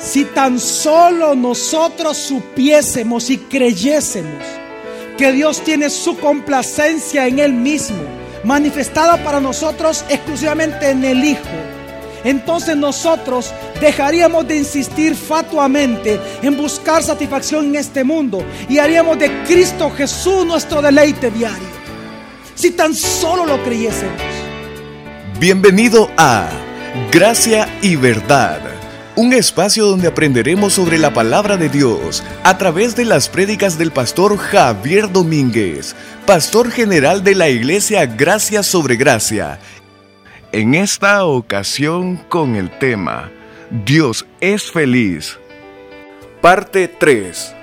Si tan solo nosotros supiésemos y creyésemos que Dios tiene su complacencia en Él mismo, manifestada para nosotros exclusivamente en el Hijo, entonces nosotros dejaríamos de insistir fatuamente en buscar satisfacción en este mundo y haríamos de Cristo Jesús nuestro deleite diario. Si tan solo lo creyésemos. Bienvenido a Gracia y Verdad, un espacio donde aprenderemos sobre la palabra de Dios a través de las prédicas del pastor Javier Domínguez, pastor general de la iglesia Gracia sobre Gracia. En esta ocasión con el tema Dios es feliz, parte 3.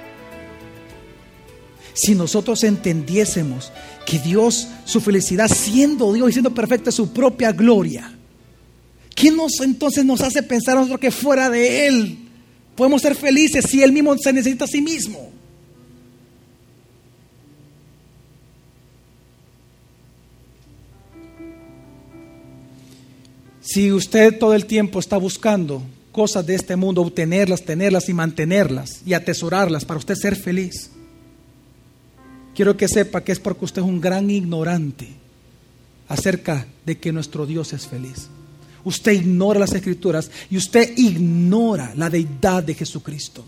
Si nosotros entendiésemos que Dios, su felicidad siendo Dios y siendo perfecta, es su propia gloria, ¿qué entonces nos hace pensar a nosotros que fuera de Él podemos ser felices si Él mismo se necesita a sí mismo? Si usted todo el tiempo está buscando cosas de este mundo, obtenerlas, tenerlas y mantenerlas y atesorarlas para usted ser feliz, quiero que sepa que es porque usted es un gran ignorante acerca de que nuestro Dios es feliz. Usted ignora las Escrituras y usted ignora la deidad de Jesucristo.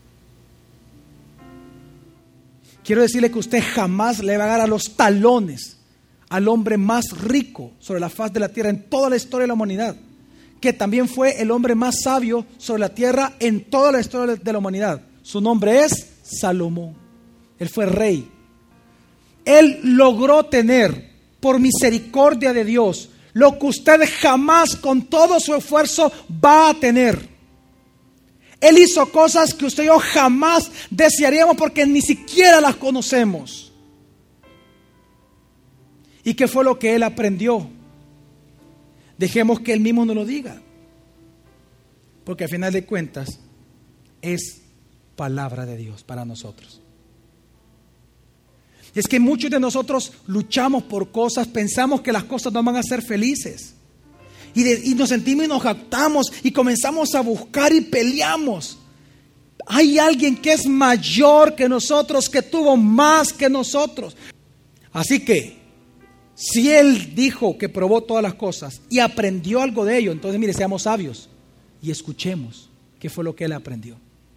Quiero decirle que usted jamás le va a dar a los talones al hombre más rico sobre la faz de la tierra en toda la historia de la humanidad, que también fue el hombre más sabio sobre la tierra en toda la historia de la humanidad. Su nombre es Salomón. Él fue rey. Él logró tener, por misericordia de Dios, lo que usted jamás con todo su esfuerzo va a tener. Él hizo cosas que usted y yo jamás desearíamos porque ni siquiera las conocemos. ¿Y qué fue lo que Él aprendió? Dejemos que Él mismo nos lo diga, porque al final de cuentas es palabra de Dios para nosotros. Y es que muchos de nosotros luchamos por cosas, pensamos que las cosas nos van a hacer felices. Y nos sentimos y nos jactamos y comenzamos a buscar y peleamos. Hay alguien que es mayor que nosotros, que tuvo más que nosotros. Así que, si Él dijo que probó todas las cosas y aprendió algo de ello, entonces mire, seamos sabios y escuchemos qué fue lo que Él aprendió.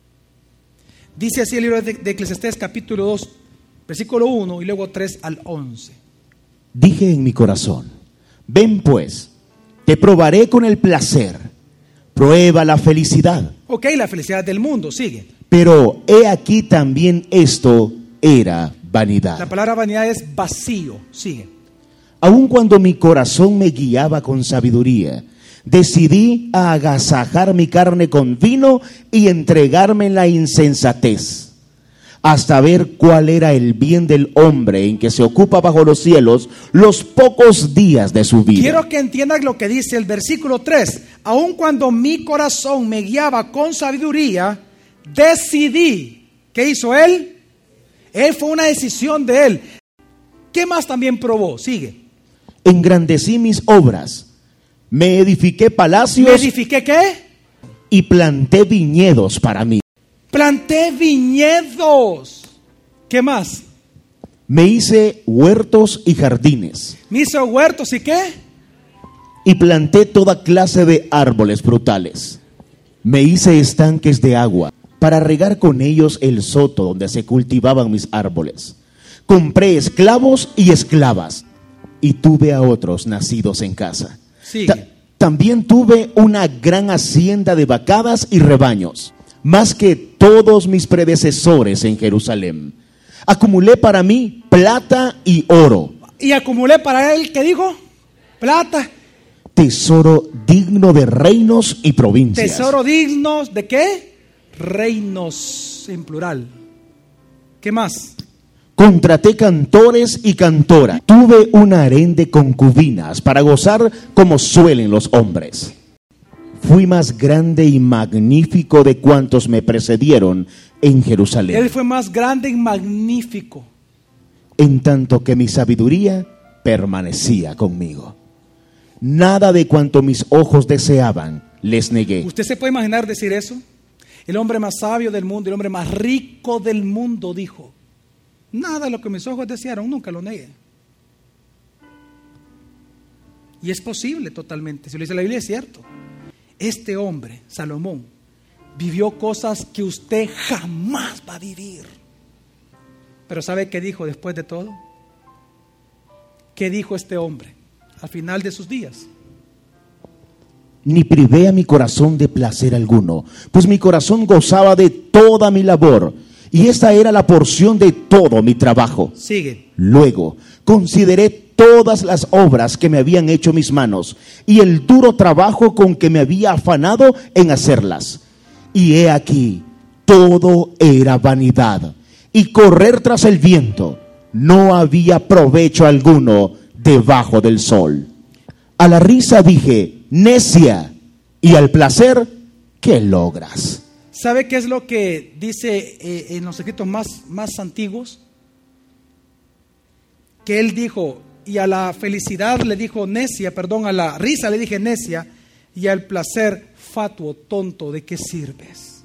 Dice así el libro de Eclesiastés capítulo 2, versículo 1 y luego 3 al 11. Dije en mi corazón, ven pues, te probaré con el placer, prueba la felicidad. Ok, la felicidad del mundo, sigue. Pero he aquí también esto era vanidad. La palabra vanidad es vacío, sigue. Aun cuando mi corazón me guiaba con sabiduría, decidí agasajar mi carne con vino y entregarme en la insensatez, hasta ver cuál era el bien del hombre en que se ocupa bajo los cielos los pocos días de su vida. Quiero que entiendan lo que dice el versículo 3. Aun cuando mi corazón me guiaba con sabiduría, decidí. ¿Qué hizo Él? Él fue una decisión de Él. ¿Qué más también probó? Sigue. Engrandecí mis obras, me edifiqué palacios. ¿Me edifiqué qué? Y planté viñedos para mí. Planté viñedos. ¿Qué más? Me hice huertos y jardines. ¿Me hice huertos y qué? Y planté toda clase de árboles frutales. Me hice estanques de agua para regar con ellos el soto donde se cultivaban mis árboles. Compré esclavos y esclavas. Y tuve a otros nacidos en casa. También tuve una gran hacienda de vacadas y rebaños, más que todos mis predecesores en Jerusalén. Acumulé para mí plata y oro. Y acumulé para él, ¿qué dijo? Plata. Tesoro digno de reinos y provincias. Tesoro digno de ¿qué? Reinos en plural. ¿Qué más? Contraté cantores y cantoras. Tuve un harén de concubinas para gozar como suelen los hombres. Fui más grande y magnífico de cuantos me precedieron en Jerusalén. Él fue más grande y magnífico. En tanto que mi sabiduría permanecía conmigo. Nada de cuanto mis ojos deseaban les negué. ¿Usted se puede imaginar decir eso? el hombre más sabio del mundo, el hombre más rico del mundo, dijo: nada de lo que mis ojos desearon, nunca lo negué. Y es posible totalmente, si lo dice la Biblia es cierto. Este hombre, Salomón, vivió cosas que usted jamás va a vivir. Pero ¿sabe qué dijo después de todo? ¿Qué dijo este hombre al final de sus días? Ni privé a mi corazón de placer alguno, pues mi corazón gozaba de toda mi labor, y esta era la porción de todo mi trabajo. Sigue. Luego consideré todas las obras que me habían hecho mis manos, y el duro trabajo con que me había afanado en hacerlas. Y he aquí, todo era vanidad, y correr tras el viento. No había provecho alguno debajo del sol. A la risa dije: necia, y al placer, ¿qué logras? ¿Sabe qué es lo que dice en los escritos más antiguos? Que él dijo, y a la felicidad le dijo necia, perdón, a la risa le dije necia, y al placer, fatuo, tonto, ¿de qué sirves?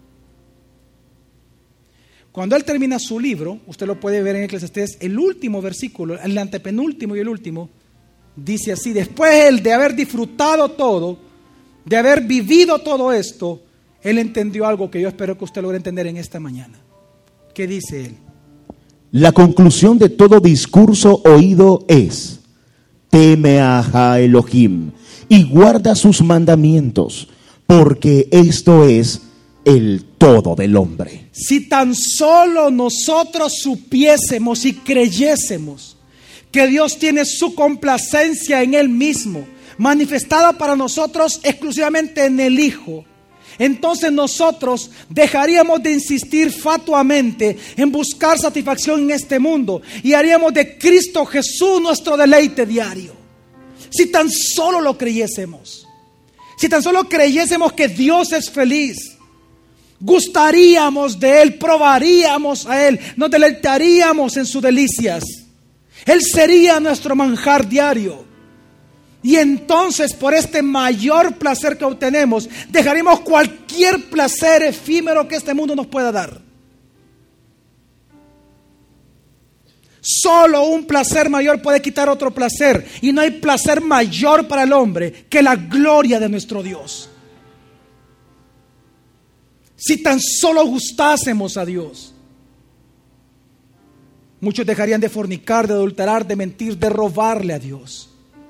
Cuando él termina su libro, usted lo puede ver en Eclesiastés, el último versículo, el antepenúltimo y el último, dice así: después él de haber disfrutado todo, de haber vivido todo esto, él entendió algo que yo espero que usted logre entender en esta mañana. ¿Qué dice él? La conclusión de todo discurso oído es: teme a Jah Elohim y guarda sus mandamientos, porque esto es el todo del hombre. Si tan solo nosotros supiésemos y creyésemos que Dios tiene su complacencia en Él mismo, manifestada para nosotros exclusivamente en el Hijo, entonces nosotros dejaríamos de insistir fatuamente en buscar satisfacción en este mundo y haríamos de Cristo Jesús nuestro deleite diario. Si tan solo lo creyésemos, si tan solo creyésemos que Dios es feliz, gustaríamos de Él, probaríamos a Él, nos deleitaríamos en sus delicias. Él sería nuestro manjar diario. Y entonces, por este mayor placer que obtenemos, dejaremos cualquier placer efímero que este mundo nos pueda dar. Solo un placer mayor puede quitar otro placer. Y no hay placer mayor para el hombre que la gloria de nuestro Dios. Si tan solo gustásemos a Dios, muchos dejarían de fornicar, de adulterar, de mentir, de robarle a Dios.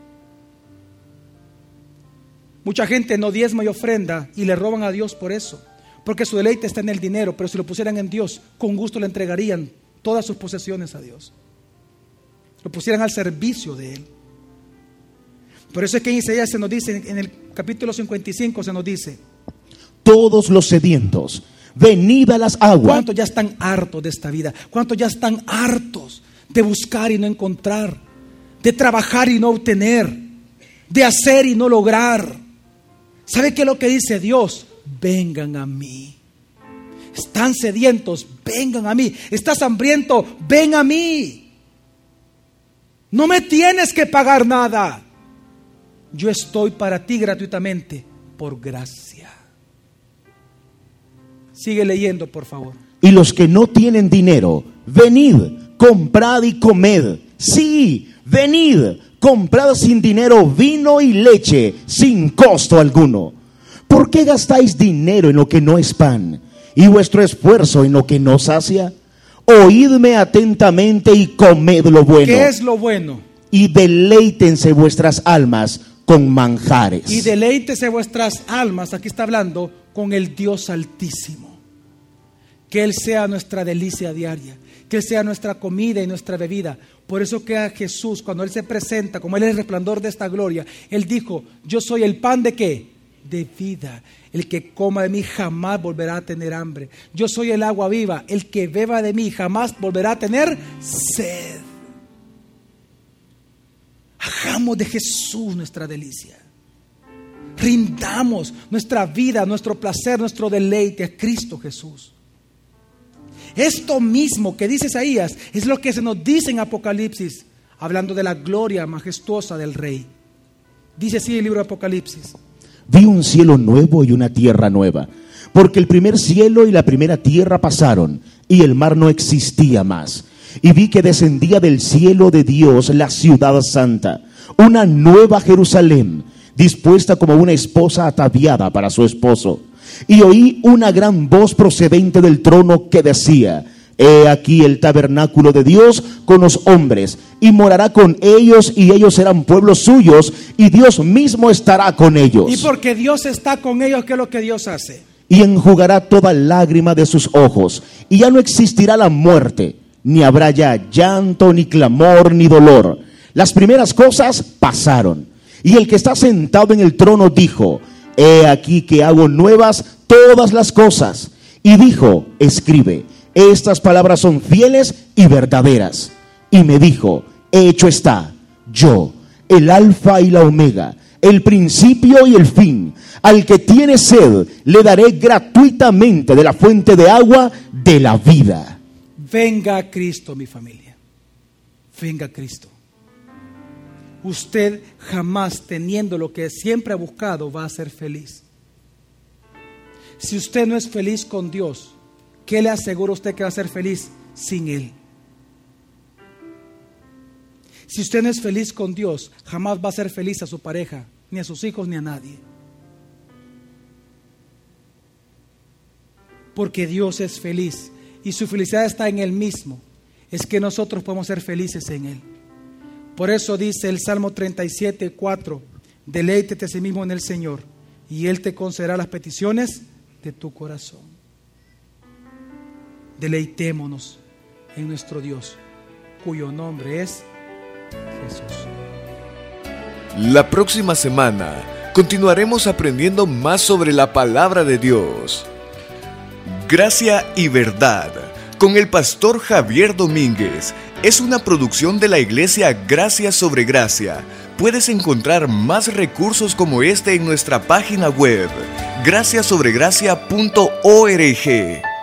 Mucha gente no diezma y ofrenda y le roban a Dios por eso, porque su deleite está en el dinero, pero si lo pusieran en Dios, con gusto le entregarían todas sus posesiones a Dios. Lo pusieran al servicio de Él. Por eso es que en Isaías se nos dice, en el capítulo 55 se nos dice: todos los sedientos, venid a las aguas. ¿Cuántos ya están hartos de esta vida? ¿Cuántos ya están hartos de buscar y no encontrar? De trabajar y no obtener, de hacer y no lograr. ¿Sabe qué es lo que dice Dios? Vengan a mí. Están sedientos, vengan a mí. Estás hambriento, ven a mí. No me tienes que pagar nada. Yo estoy para ti gratuitamente, por gracia. Sigue leyendo, por favor. Y los que no tienen dinero, venid, comprad y comed. Sí, venid, comprad sin dinero vino y leche, sin costo alguno. ¿Por qué gastáis dinero en lo que no es pan, y vuestro esfuerzo en lo que no sacia? Oídme atentamente y comed lo bueno. ¿Qué es lo bueno? Y deleítense vuestras almas con manjares. Y deleítese vuestras almas, aquí está hablando, con el Dios Altísimo. Que Él sea nuestra delicia diaria, que Él sea nuestra comida y nuestra bebida. Por eso que a Jesús, cuando Él se presenta, como Él es el resplandor de esta gloria, Él dijo: yo soy el pan de ¿qué? De vida. El que coma de mí jamás volverá a tener hambre. Yo soy el agua viva. El que beba de mí jamás volverá a tener sed. Hagamos de Jesús nuestra delicia. Rindamos nuestra vida, nuestro placer, nuestro deleite a Cristo Jesús. Esto mismo que dice Isaías es lo que se nos dice en Apocalipsis, hablando de la gloria majestuosa del Rey. Dice así el libro de Apocalipsis: vi un cielo nuevo y una tierra nueva, porque el primer cielo y la primera tierra pasaron, y el mar no existía más. Y vi que descendía del cielo de Dios la ciudad santa, una nueva Jerusalén, dispuesta como una esposa ataviada para su esposo. Y oí una gran voz procedente del trono que decía: He aquí el tabernáculo de Dios con los hombres, y morará con ellos, y ellos serán pueblos suyos, y Dios mismo estará con ellos. Y porque Dios está con ellos, ¿qué es lo que Dios hace? Y enjugará toda lágrima de sus ojos, y ya no existirá la muerte, ni habrá ya llanto, ni clamor, ni dolor. Las primeras cosas pasaron. Y el que está sentado en el trono dijo: He aquí que hago nuevas todas las cosas. Y dijo: Escribe, estas palabras son fieles y verdaderas. Y me dijo: Hecho está. Yo, el Alfa y la Omega, el principio y el fin. Al que tiene sed, le daré gratuitamente de la fuente de agua de la vida. Venga Cristo, mi familia. Venga Cristo. Usted jamás, teniendo lo que siempre ha buscado, va a ser feliz. Si usted no es feliz con Dios, ¿qué le asegura a usted que va a ser feliz sin Él? Si usted no es feliz con Dios, jamás va a ser feliz a su pareja, ni a sus hijos, ni a nadie. Porque Dios es feliz y su felicidad está en Él mismo. Es que nosotros podemos ser felices en Él. Por eso dice el Salmo 37:4: Deleítete a sí mismo en el Señor, y Él te concederá las peticiones de tu corazón. Deleitémonos en nuestro Dios, cuyo nombre es Jesús. La próxima semana continuaremos aprendiendo más sobre la palabra de Dios. Gracia y Verdad, con el pastor Javier Domínguez, es una producción de la iglesia Gracia sobre Gracia. Puedes encontrar más recursos como este en nuestra página web, graciasobregracia.org.